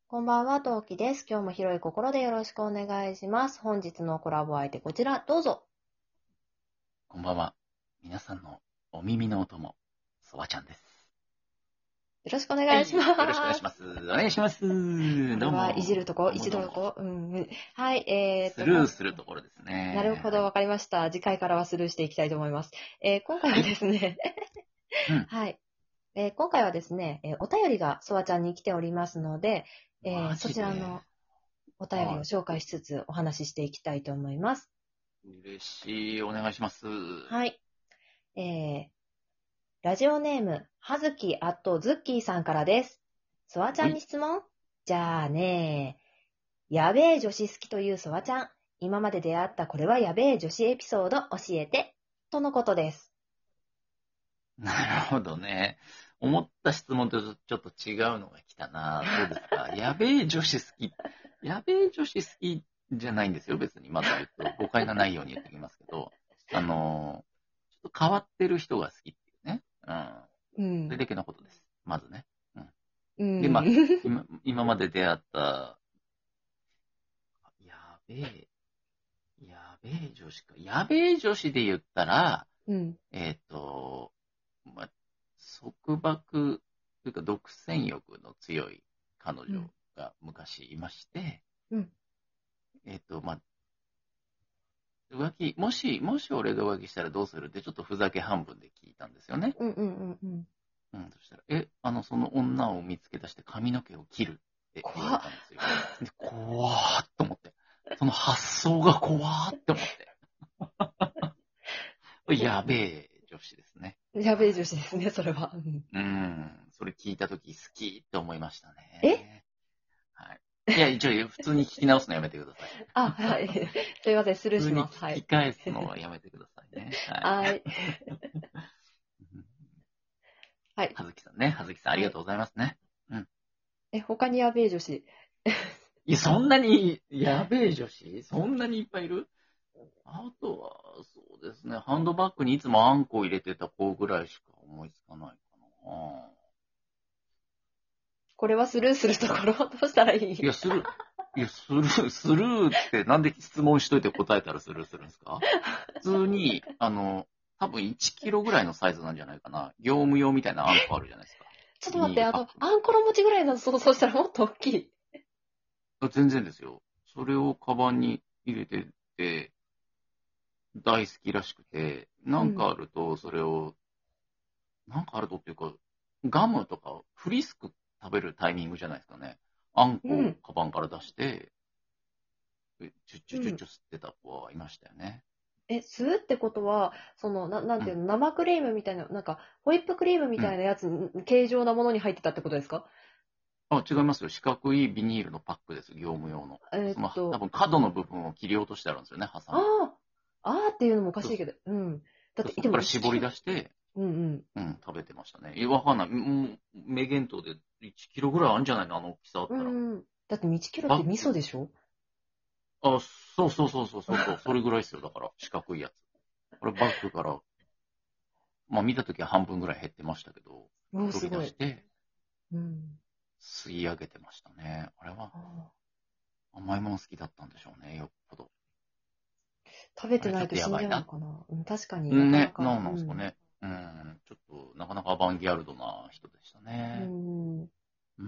こんばんは、トウキです。今日も広い心でよろしくお願いします。本日のコラボ相手、こちら、どうぞ。 こんばんは。皆さんのお耳のお供、そばちゃんです。 よろしくおはい。 願いします。 よろしくお願いします。お願いします。 これどうはいじるも。 とこ、 どういじもどうも。 るとこ。はい、 スルーするところですなるね。 ほど、わはい。 かりました。次回からはスルーしていきたいと思います。今回ははい。 ですね、 うん。 はい。今回はですね、お便りがソワちゃんに来ておりますので、そマジで。 ちらのお便りをは紹介しつつお話ししていきたいと思います。 い。嬉しい。お願いします。 はい。ラジオネーム、はずきズッキーさんからです。ソワちゃんにおい。 質問じゃあねやべえ女子好きというソワちゃん。今まで出会ったこれはやべえ女子エピソード教えて。とのことです。 なるほどね。思った質問とちょっと違うのが来たな。どうですか。やべえ女子好き。やべえ女子好きじゃないんですよ。別に。まず言うと、誤解がないように言っておきますけど。ちょっと変わってる人が好きっていうね。うん。 うん。 それだけのことです。まずね。うん。 うで、まあ、 ん。 今まで出会った、やべえ、やべえ女子か。やべえ女子で言ったら、 うん。 まあ、束縛というか独占欲の強い彼女うん。 が昔いまして、 うん。 まあ、もし俺が浮気したらどうするってちょっとふざけ半分で聞いたんですよね。 うん。うん。うん。 うん、そしたら、その女を見つけ出して髪の毛を切るって言わ怖っ。 れたんですよ。で、怖ーっと思って。その発想が怖ーって思って。やべえ女子ですね。 やべえ女はい。 子ですね、それは。 それ聞いたとき好きって思いましたえね。はい。いや、一応普通に聞き直すのやめてください。 あ、はい。すいません、スルー普通にします。はい。 聞き返すのはやめてくださいね。はい。 はい。はい。 はずきさんね。はずきさんありはい。 がとうございますね。うん。 他にやべえ女子。 いや、そんなにやべえ女子そんなにいっぱいいる。あとは、そうですね。ハンドバッグにいつもあんこ入れてた子ぐらいしか思いつかないかな。 これはスルーするところ、どうしたらいい？ いや、スルーってなんで質問しといて答えたらスルーするんですか。普通に、多分1キロぐらいのサイズなんじゃないかな。業務用みたいなあんこあるじゃないですか。ビちょっと待って、 ニールパック。 あんころ餅ぐらいの、そうしたらもっと大きい。 全然ですよ。それをカバンに入れてて、大好きらしくて、なんかうん。 あると、それを、なんかあるとっていうか、ガムとかフリスク食べるタイミングじゃないですかね。あんこをうん。 カバンから出して、チュッチうん。 ュチュッチュ吸ってた子はいましたよね。 吸うってことは、なんうん。 ていうの、生クリームみたいな、ホイップクリームみうん。 たいなやつ、形状なものに入ってたってことですか？ あ、違いますよ。四角いビニールのパックです。業務用の。多分角の部分を切り落としてあるんですよね。挟あむ。 あっていうのもおかそうそしいけど、うん。だっう。 て、でもそこから 1キロ、 絞り出して、 うんうん。 食べてましたね。わかんない。もう、目見当で1キロぐらいあるんじゃないのあの大きさあったら。 うんうん。だって1キロって味噌バッグ。 でしょ？ あ、そう。それぐらいですよ。だから、四角いやつ。これバッグから、まあ見たときは半分ぐらい減ってましたけど、 おお、す取り出ごい。 して、 うん。 吸い上げてましたね。あれはあ甘いもの好きだったんでしょうね。よっぽど。 食べてあれちょっないと死んじとやばいな。 ゃうのかな。うん、確かになかなね、 か。 なんなんですかうん。 ね。ちょっと、なかなかアバンギャルドな人でしたうね。 ん。 うん。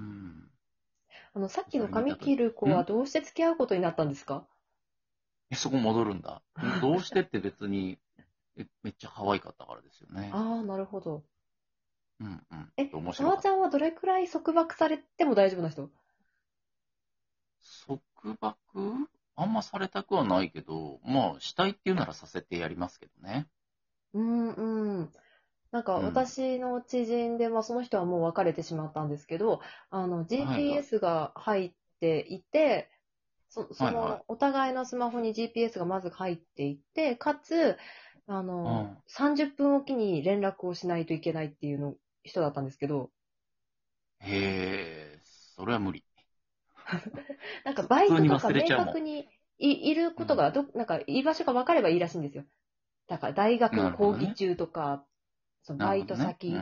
さっきそのれ見たとき、 髪切る子はどうして付き合うことになったんですか？ そこ戻るんだ。どうしてって別に、めっちゃ可愛かったからですよね。 ああ、なるほど。 面さわちゃん白かった。 はどれくらい束縛されても大丈夫な人？ 束縛あんまされたくはないけど、まあ、したいっていうならさせてやりますけどね。 うんうん。 うん。 私の知人で、その人はもう別れてしまったんですけど、 はいはい。 GPS が入っていて、 はいはい。 お互いのスマホに GPS がまず入っていて、かつ、 うん。 30分おきに連絡をしないといけないっていう人だったんですけど、 へえ、それは無理。 バイ普通にトとか明忘れちゃうも確にいるん。うん。 ことが居場所が分かればいいらしいんですよ。だから大学のなるほどね。 講義中とか、そのバイトなるほどね。うん。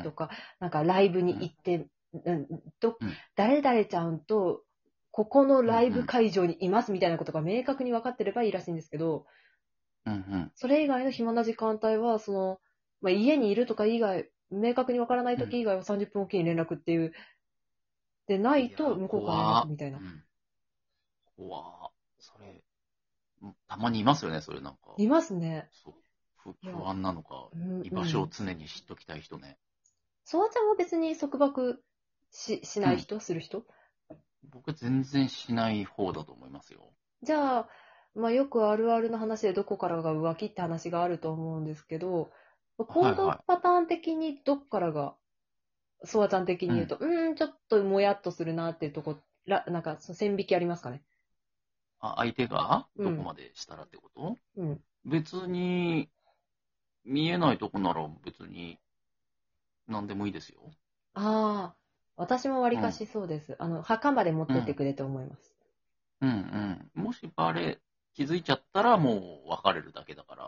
先とか、ライブにうん。 行って、うん、と、 うん。 誰々ちゃんとここのライブ会場にいますみたいなことが明確に分かってればいいらしいんですけど、 うんうん。 それ以外の暇な時間帯は、家にいるとか以外、明確に分からない時以外は30分おきに連絡っていう、でないと向こうから連絡みたいな。 怖それ、たまにいますよね、それなんか。 いますね。 そう。不安なのか、居場所を常に知っときたい人ね。 ソワちゃんは別に束縛しない人、する人？ 僕全然しない方だと思いますよ。 じゃあ、よくあるあるの話でどこからが浮気って話があると思うんですけど、行動パターン的にどっからが、ソワちゃん的に言うと、ちょっともやっとするなっていうとこ、なんか線引きありますかね？ 相手がどこまでしたらってこと？別に、見えないとこなら別に何でもいいですよ。 ああ、私もわりかしそうです。墓まで持ってってくれと思います。 もし気づいちゃったらもう別れるだけだから。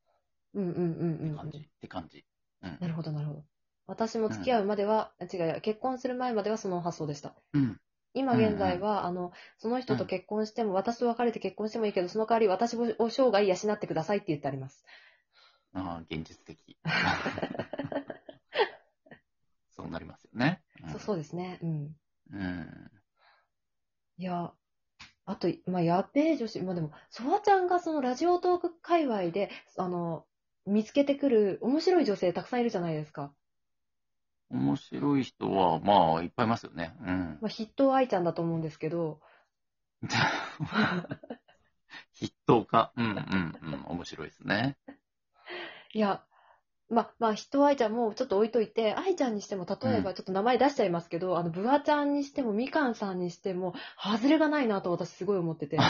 って感じ。 なるほど、なるほど。私も付き合うまでは、結婚する前まではその発想でした。今現在は、その人と結婚しても、私と別れて結婚してもいいけど、その代わり私を生涯養ってくださいって言ってあります。 現実的。そうなりますよね。 そうですね。いや、あと、やべえ女子、でも、ソワちゃんがそのラジオトーク界隈で、見つけてくる面白い女性たくさんいるじゃないですか。 面白い人は、いっぱいいますよね。 筆頭愛ちゃんだと思うんですけど。 筆頭か。面白いですね。 いや、筆頭愛ちゃんもちょっと置いといて、愛ちゃんにしても、例えばちょっと名前出しちゃいますけど、ブワちゃんにしても、みかんさんにしても、外れがないなと私すごい思ってて。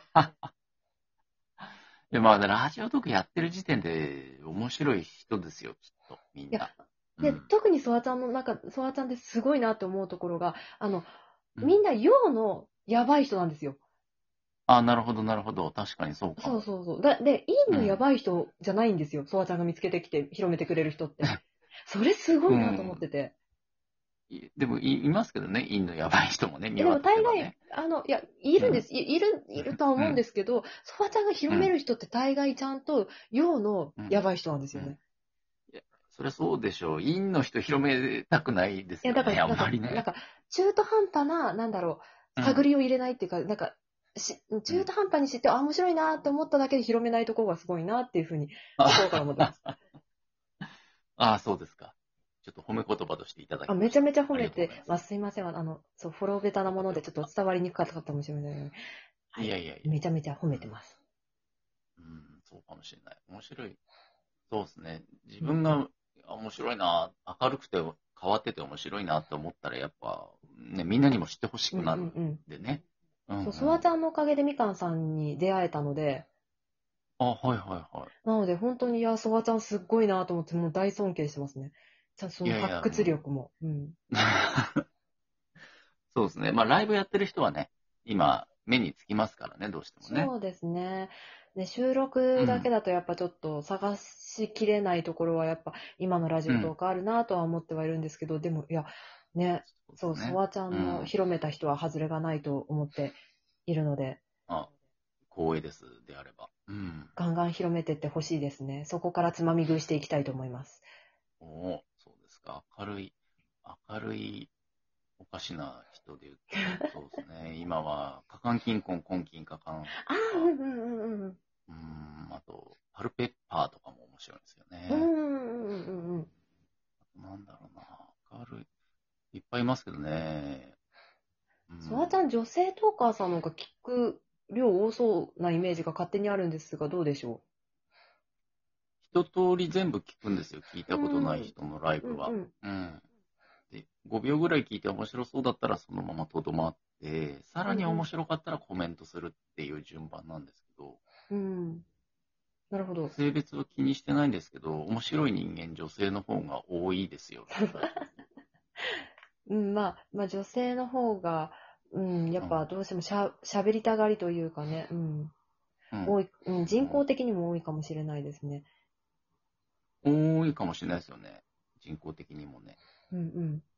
ラジオトークやってる時点で面白い人ですよ、きっと、みんな。 特にソワちゃんですごいなって思うところが、みんな陽のやばい人なんですよ。 なるほど、なるほど。確かにそうかも。 そう。で、陰のやばい人じゃないんですよ。ソワちゃんが見つけてきて広めてくれる人って。それすごいなと思ってて。 でもいますけどね、陰のやばい人もね、 でも大概、いるんです。いるとは思うんですけど、ソワちゃんが広める人って大概ちゃんと陽のやばい人なんですよね。 そりゃそうでしょう。陰の人広めたくないですよね、あんまりね。 なんか、中途半端な、探りを入れないっていうか、中途半端に知って、面白いなって思っただけで広めないところがすごいなっていうふうに、心から思ってます。 そうですか。ちょっと褒め言葉としていただきました。 めちゃめちゃ褒めて、すいません。フォローベタなものでちょっと伝わりにくかったかもしれない。 いやいや。 めちゃめちゃ褒めてます。 そうかもしれない。面白い。そうですね。自分が面白いな、明るくて変わってて面白いなって思ったら、やっぱ、ね、みんなにも知ってほしくなるんでね。 ソワちゃんのおかげでみかんさんに出会えたので、なので、本当に、ソワちゃんすっごいなと思って、もう大尊敬してますね。その発掘力も。 そうですね。ライブやってる人はね、今、目につきますからね、どうしてもね。 そうですね。収録だけだとやっぱちょっと探しきれないところはやっぱ今のラジオとかあるなとは思ってはいるんですけど、でもいや、ソワちゃんの広めた人は外れがないと思っているので。 光栄です、であれば。 ガンガン広めてってほしいですね。そこからつまみ食いしていきたいと思います。 そうですか。明るい、おかしな人で言うと、そうですね。今は、カカンキンコン、コンキンカカン。あと、パルペッパーとかも面白いんですよね。なんだろうな、明るい。いっぱいいますけどね。 ソワちゃん、女性トーカーさんの方が聞く量多そうなイメージが勝手にあるんですが、どうでしょう？一通り全部聞くんですよ。聞いたことない人のライブは。で、5秒ぐらい聞いて面白そうだったらそのままとどまって、さらに面白かったらコメントするっていう順番なんですけど。 なるほど。 性別は気にしてないんですけど、面白い人間、女性の方が多いですよ。 女性の方が、やっぱどうしてもしゃべりたがりというかね、多い、人口的にも多いかもしれないですね。 多いかもしれないですよね。人口的にもね。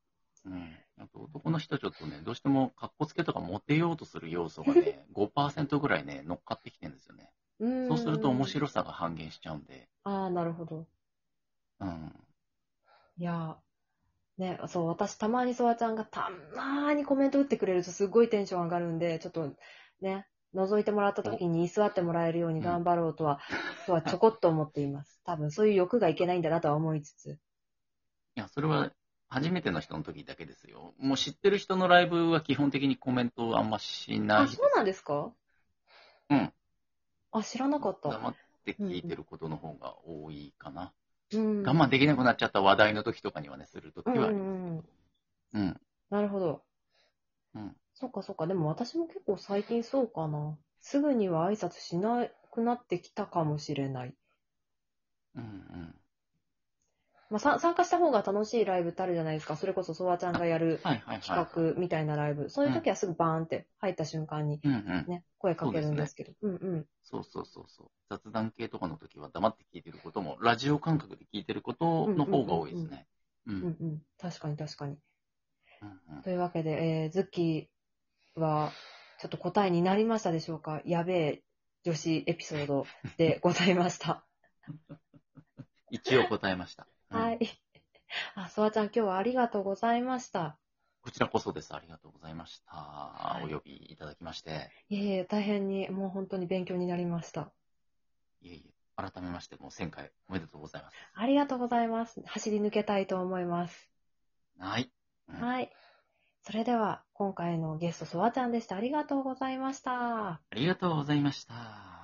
うん。あと男の人ちょっとね、どうしても格好つけとかモテようとする要素がね、5%ぐらいね、乗っかってきてるんですよね。 うーそうすると面ん。 白さが半減しちゃうんで。 ああ、なるほど。 うん。 いやー、ね、そう、私たまにソワちゃんがたまーにコメント打ってくれるとすごいテンション上がるんで、ちょっとね、覗いてもらったお、 時に居座ってもらえるようにうん。 頑張ろうとは、今日はちょこっと思っています。多分そういう欲がいけないんだなとは思いつつ。 いや、それは初めての人の時だけですよ。もう知ってる人のライブは基本的にコメントをあんましなあ、 いそうなんですよ。 ですか？ うん。 あ、知らなかった。 黙って聞いてうんることの方が多いかな。 うん。うん。 我慢できなくなっちゃった話題の時とかにはね、するうん時はありますけど。 うんうん。 うん。 なるほど。 うん。 そっかそっか。でも私も結構最近そうかな。すぐには挨拶しなくなってきたかもしれない。 うん。うん。 まあ、参加した方が楽しいライブってあるじゃないですか。それこそソワちゃんがやるはいはいはいはい。 企画みたいなライブ。そういううん。 時はすぐバーンって入った瞬間にうんうん。 ね、声かけそうですね。 るんですけど。うんうん。 そうそうそうそう。雑談系とかの時は黙って聞いてることも、ラジオ感覚で聞いてることうんうんの方がうんうん。 多いですね。うん。 うんうん。確かに確かに。 うんうん。 というわけで、ズッキーはちょっと答えになりましたでしょうか？やべえ女子エピソードでございました。 一応答えました。うん。 はい。あ、ソワちゃん今日はありがとうございました。 こちらこそです。ありがとうございました。おはい。 呼びいただきまして。 いえいえ、大変に、もう本当に勉強になりました。 いえいえ、改めまして、もう1000回おめでとうございます。 ありがとうございます。走り抜けたいと思います。 はい。うん、 はい。それでは、今回のゲスト、ソワちゃんでした。ありがとうございました。 ありがとうございました。